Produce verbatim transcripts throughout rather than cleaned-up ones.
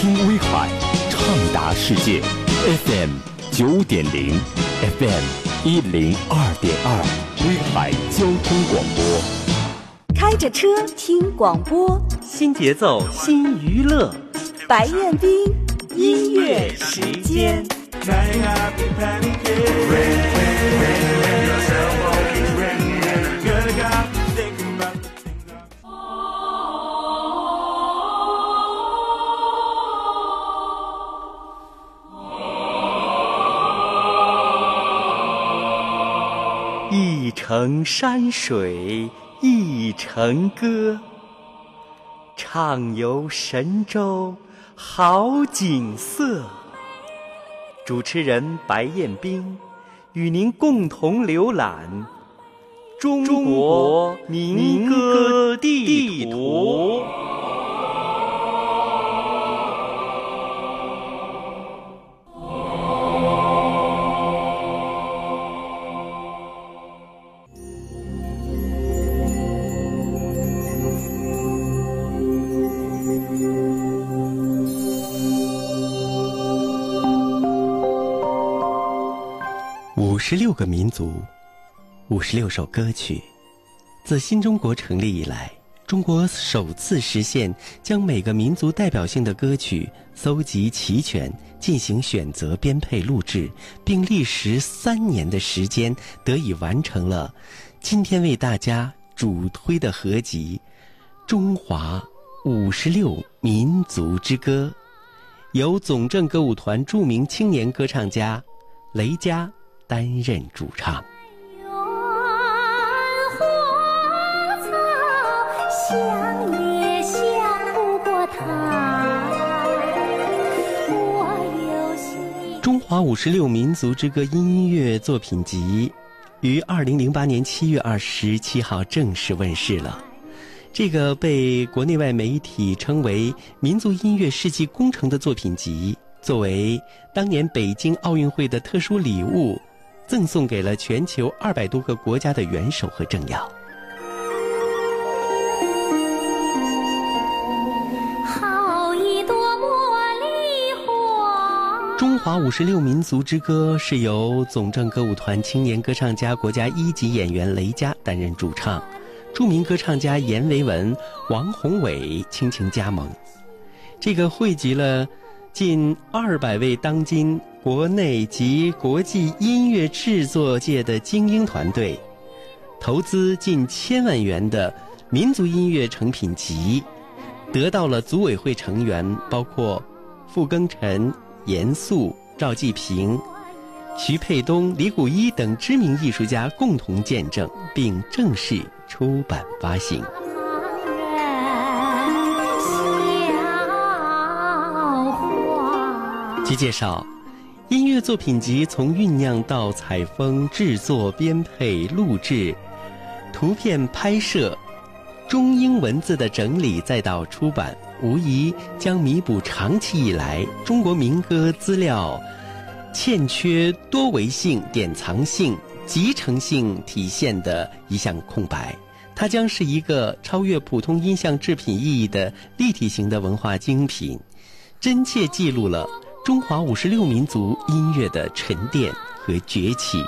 听威海，畅达世界。F M 九点零 ，F M 一零二点二，威海交通广播。 开着车听广播， 新节奏，新娱乐。 白彦斌音乐时间。 一程山水一程歌，畅游神州好景色。主持人白彦斌与您共同浏览中国民歌地图。 五十六个民族，五十六首歌曲。自新中国成立以来，中国首次实现将每个民族代表性的歌曲搜集齐全，进行选择、编配、录制，并历时三年的时间得以完成了今天为大家主推的合集《中华五十六民族之歌》，由总政歌舞团著名青年歌唱家雷佳担任主唱。中华五十六民族之歌音乐作品集于二零零八年七月二十七号正式问世了。这个被国内外媒体称为民族音乐世纪工程的作品集，作为当年北京奥运会的特殊礼物，赠送给了全球二百多个国家的元首和政要。 好一朵茉莉花。 中华五十六民族之歌是由总政歌舞团青年歌唱家、国家一级演员雷佳担任主唱，著名歌唱家阎维文、王宏伟倾情加盟。这个汇集了近二百位当今国内及国际音乐制作界的精英团队，投资近千万元的民族音乐成品集，得到了组委会成员包括傅庚辰、严肃、赵季平、徐沛东、李谷一等知名艺术家共同见证，并正式出版发行。据介绍，音乐作品集从酝酿到采风、制作、编配、录制、图片拍摄、中英文字的整理，再到出版，无疑将弥补长期以来中国民歌资料欠缺多维性、典藏性、集成性体现的一项空白。它将是一个超越普通音像制品意义的立体型的文化精品，真切记录了中华五十六民族音乐的沉淀和崛起。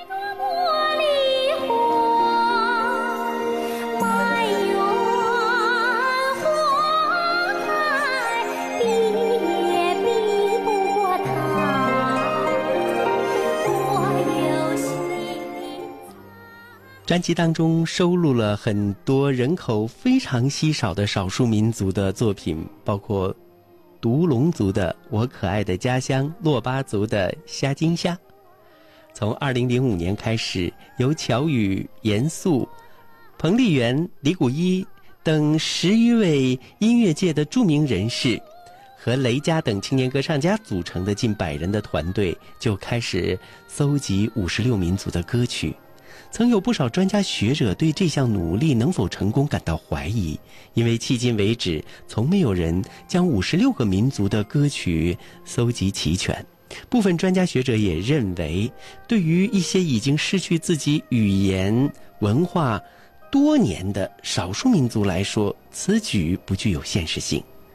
专辑当中收录了很多人口非常稀少的少数民族的作品，包括独龙族的《我可爱的家乡》，珞巴族的《虾金虾》。从二零零五年开始，由乔羽、严肃、彭丽媛、李谷一等十余位音乐界的著名人士和雷佳等青年歌唱家组成的近百人的团队，就开始搜集五十六民族的歌曲。曾有不少专家学者对这项努力能否成功感到怀疑，因为迄今为止从没有人将五十六个民族的歌曲搜集齐全。部分专家学者也认为，对于一些已经失去自己语言文化多年的少数民族来说，此举不具有现实性。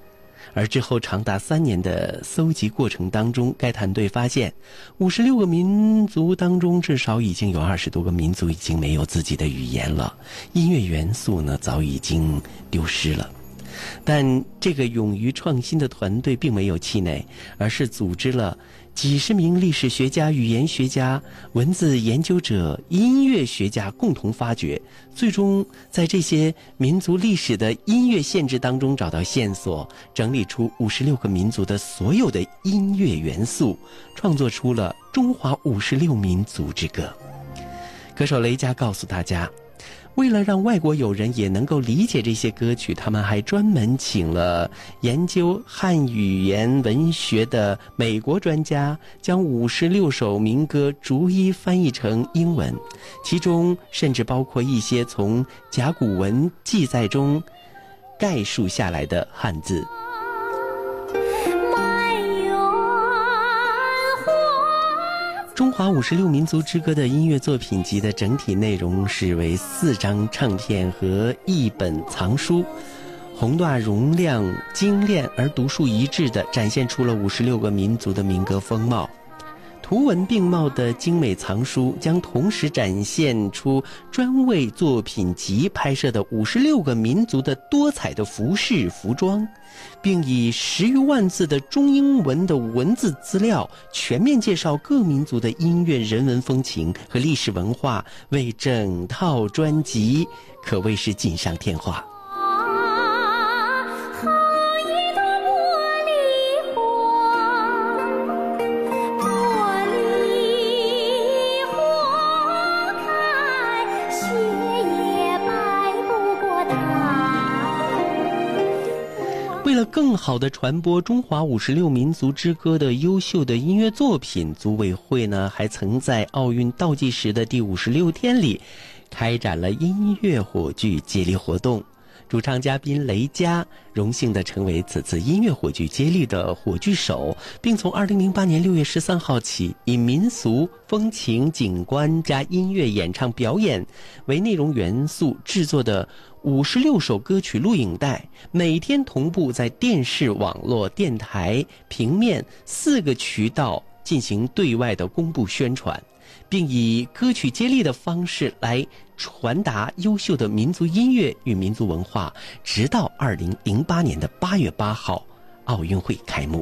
而之后长达三年的搜集过程当中，该团队发现五十六个民族当中至少已经有二十多个民族已经没有自己的语言了，音乐元素呢早已经丢失了。但这个勇于创新的团队并没有气馁，而是组织了几十名历史学家、语言学家、文字研究者、音乐学家共同发掘，最终在这些民族历史的音乐限制当中找到线索，整理出五十六个民族的所有的音乐元素，创作出了《中华五十六民族之歌》。歌手雷佳告诉大家，为了让外国友人也能够理解这些歌曲，他们还专门请了研究汉语言文学的美国专家，将五十六首民歌逐一翻译成英文，其中甚至包括一些从甲骨文记载中概述下来的汉字。中华五十六民族之歌的音乐作品集的整体内容是为四张唱片和一本藏书，宏大容量、精炼而独树一帜地展现出了五十六个民族的民歌风貌。图文并茂的精美藏书将同时展现出专为作品集拍摄的五十六个民族的多彩的服饰服装，并以十余万字的中英文的文字资料全面介绍各民族的音乐、人文风情和历史文化，为整套专辑可谓是锦上添花。为了更好地传播中华五十六民族之歌的优秀的音乐作品，组委会呢还曾在奥运倒计时的第五十六天里开展了音乐火炬接力活动。主唱嘉宾雷佳荣幸地成为此次音乐火炬接力的火炬手，并从二零零八年六月十三号起，以民俗、风情、景观加音乐演唱表演为内容元素制作的五十六首歌曲录影带，每天同步在电视、网络、电台、平面四个渠道进行对外的公布宣传，并以歌曲接力的方式来传达优秀的民族音乐与民族文化，直到二零零八年的八月八号奥运会开幕。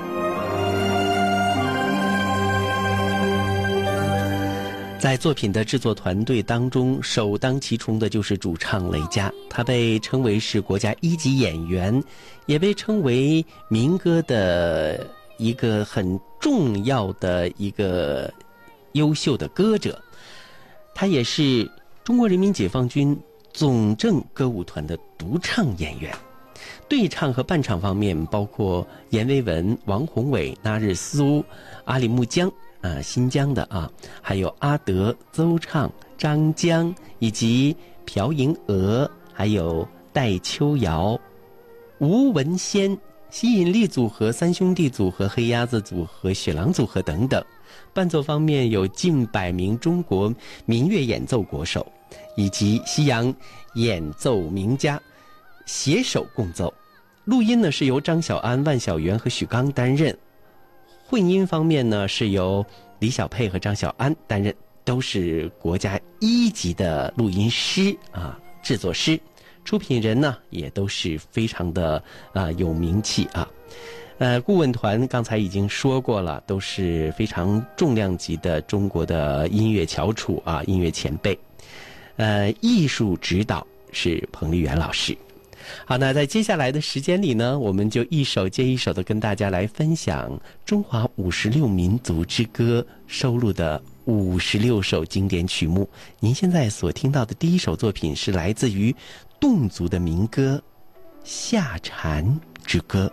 在作品的制作团队当中，首当其冲的就是主唱雷佳，他被称为是国家一级演员，也被称为民歌的一个很重要的一个优秀的歌者。他也是中国人民解放军总政歌舞团的独唱演员。对唱和伴唱方面，包括阎维文、王宏伟、纳日苏、阿里木江啊，新疆的啊，还有阿德、邹畅、张江，以及朴银娥，还有戴秋瑶、吴文先、吸引力组合、三兄弟组合、黑鸭子组合、雪狼组合等等。伴奏方面有近百名中国民乐演奏国手以及西洋演奏名家携手共奏。录音呢是由张小安、万晓元和许刚担任，混音方面呢是由李小佩和张小安担任，都是国家一级的录音师啊，制作师。出品人呢也都是非常的啊、呃、有名气啊。呃，顾问团刚才已经说过了，都是非常重量级的中国的音乐翘楚啊，音乐前辈。呃，艺术指导是彭丽媛老师。好，那在接下来的时间里呢，我们就一首接一首的跟大家来分享中华五十六民族之歌收录的五十六首经典曲目。您现在所听到的第一首作品是来自于侗族的民歌《夏蝉之歌》。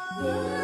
啊。